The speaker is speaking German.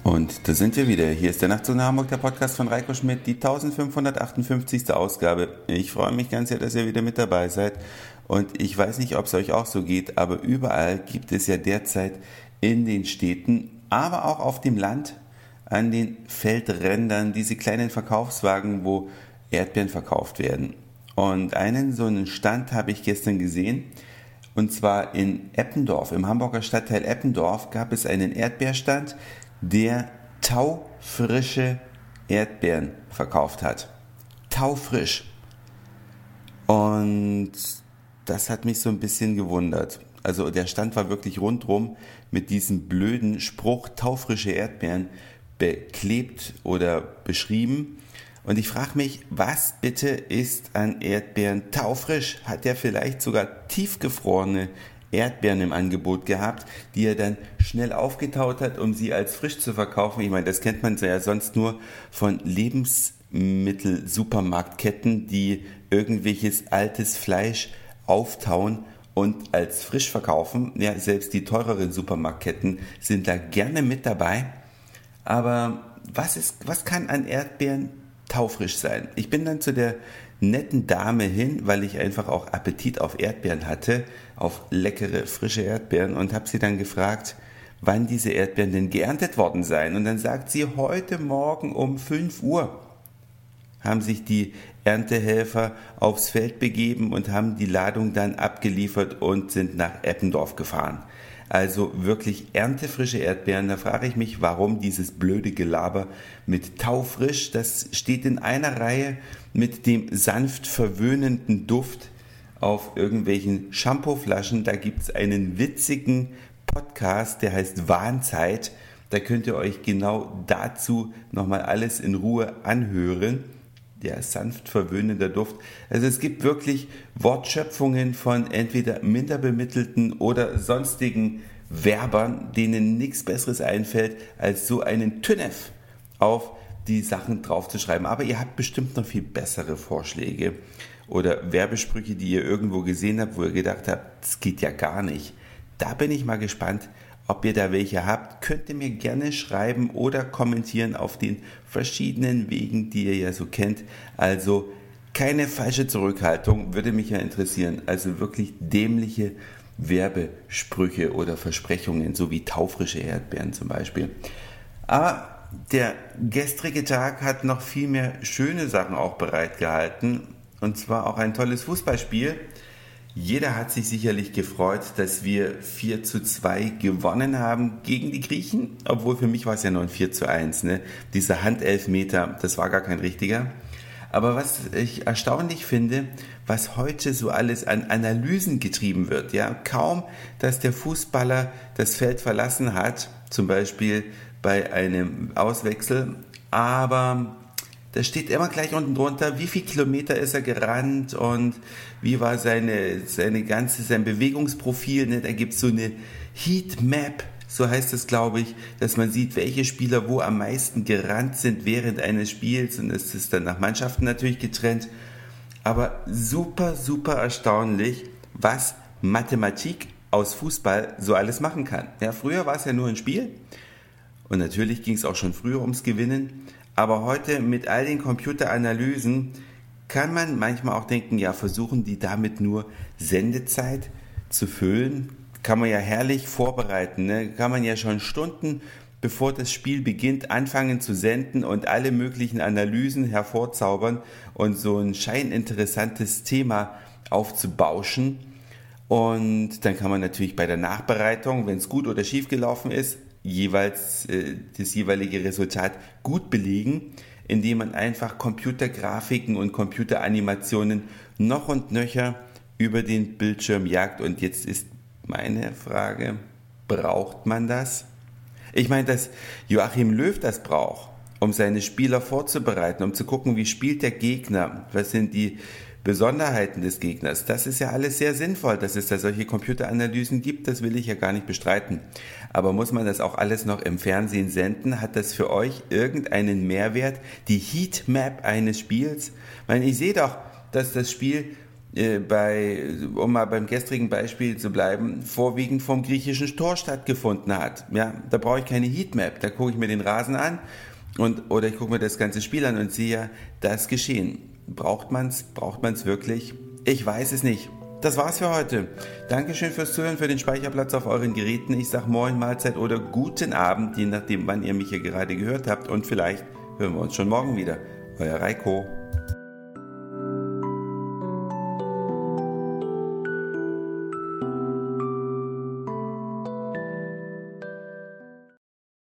Und da sind wir wieder. Hier ist der Nachtzug nach Hamburg, der Podcast von Reiko Schmidt, die 1558. Ausgabe. Ich freue mich ganz sehr, dass ihr wieder mit dabei seid. Und ich weiß nicht, ob es euch auch so geht, aber überall gibt es ja derzeit in den Städten, aber auch auf dem Land, an den Feldrändern, diese kleinen Verkaufswagen, wo Erdbeeren verkauft werden. Und so einen Stand habe ich gestern gesehen. Und zwar in Eppendorf, im Hamburger Stadtteil Eppendorf, gab es einen Erdbeerstand, der taufrische Erdbeeren verkauft hat. Taufrisch. Und das hat mich so ein bisschen gewundert. Also der Stand war wirklich rundrum mit diesem blöden Spruch taufrische Erdbeeren beklebt oder beschrieben. Und ich frage mich, was bitte ist an Erdbeeren taufrisch? Hat er vielleicht sogar tiefgefrorene Erdbeeren im Angebot gehabt, die er dann schnell aufgetaut hat, um sie als frisch zu verkaufen? Ich meine, das kennt man ja sonst nur von Lebensmittelsupermarktketten, die irgendwelches altes Fleisch auftauen und als frisch verkaufen. Ja, selbst die teureren Supermarktketten sind da gerne mit dabei. Aber was kann an Erdbeeren taufrisch sein? Ich bin dann zu der netten Dame hin, weil ich einfach auch Appetit auf Erdbeeren hatte, auf leckere, frische Erdbeeren, und habe sie dann gefragt, wann diese Erdbeeren denn geerntet worden seien. Und dann sagt sie, heute Morgen um 5 Uhr haben sich die Erntehelfer aufs Feld begeben und haben die Ladung dann abgeliefert und sind nach Eppendorf gefahren. Also wirklich erntefrische Erdbeeren. Da frage ich mich, warum dieses blöde Gelaber mit taufrisch. Das steht in einer Reihe mit dem sanft verwöhnenden Duft auf irgendwelchen Shampooflaschen. Da gibt es einen witzigen Podcast, der heißt Wahnzeit. Da könnt ihr euch genau dazu nochmal alles in Ruhe anhören. Der sanft verwöhnende Duft. Also es gibt wirklich Wortschöpfungen von entweder minderbemittelten oder sonstigen Werbern, denen nichts Besseres einfällt, als so einen Tünnef auf die Sachen draufzuschreiben. Aber ihr habt bestimmt noch viel bessere Vorschläge oder Werbesprüche, die ihr irgendwo gesehen habt, wo ihr gedacht habt, das geht ja gar nicht. Da bin ich mal gespannt, ob ihr da welche habt. Könnt ihr mir gerne schreiben oder kommentieren auf den verschiedenen Wegen, die ihr ja so kennt. Also keine falsche Zurückhaltung, würde mich ja interessieren. Also wirklich dämliche Werbesprüche oder Versprechungen, so wie taufrische Erdbeeren zum Beispiel. Aber der gestrige Tag hat noch viel mehr schöne Sachen auch bereitgehalten. Und zwar auch ein tolles Fußballspiel. Jeder hat sich sicherlich gefreut, dass wir 4:2 gewonnen haben gegen die Griechen, obwohl für mich war es ja nur ein 4:1. Ne? Dieser Handelfmeter, das war gar kein richtiger. Aber was ich erstaunlich finde, was heute so alles an Analysen getrieben wird. Ja? Kaum, dass der Fußballer das Feld verlassen hat, zum Beispiel bei einem Auswechsel, aber da steht immer gleich unten drunter, wie viel Kilometer ist er gerannt und wie war sein Bewegungsprofil. Ne? Da gibt es so eine Heatmap, so heißt es, glaube ich, dass man sieht, welche Spieler wo am meisten gerannt sind während eines Spiels, und es ist dann nach Mannschaften natürlich getrennt. Aber super, super erstaunlich, was Mathematik aus Fußball so alles machen kann. Ja, früher war es ja nur ein Spiel und natürlich ging es auch schon früher ums Gewinnen. Aber heute mit all den Computeranalysen kann man manchmal auch denken, ja, versuchen die damit nur Sendezeit zu füllen? Kann man ja herrlich vorbereiten, ne? Kann man ja schon Stunden bevor das Spiel beginnt anfangen zu senden und alle möglichen Analysen hervorzaubern und so ein scheininteressantes Thema aufzubauschen. Und dann kann man natürlich bei der Nachbereitung, wenn es gut oder schief gelaufen ist, jeweils das jeweilige Resultat gut belegen, indem man einfach Computergrafiken und Computeranimationen noch und nöcher über den Bildschirm jagt. Und jetzt ist meine Frage, braucht man das? Ich meine, dass Joachim Löw das braucht, um seine Spieler vorzubereiten, um zu gucken, wie spielt der Gegner, was sind die Besonderheiten des Gegners. Das ist ja alles sehr sinnvoll, dass es da solche Computeranalysen gibt, das will ich ja gar nicht bestreiten. Aber muss man das auch alles noch im Fernsehen senden? Hat das für euch irgendeinen Mehrwert? Die Heatmap eines Spiels? Ich meine, ich sehe doch, dass das Spiel um mal beim gestrigen Beispiel zu bleiben, vorwiegend vom griechischen Tor stattgefunden hat. Ja, da brauche ich keine Heatmap, da gucke ich mir den Rasen an oder ich gucke mir das ganze Spiel an und sehe ja das Geschehen. Braucht man's wirklich? Ich weiß es nicht. Das war's für heute. Dankeschön fürs Zuhören, für den Speicherplatz auf euren Geräten. Ich sag Moin, Mahlzeit oder guten Abend, je nachdem, wann ihr mich hier gerade gehört habt. Und vielleicht hören wir uns schon morgen wieder. Euer Reiko.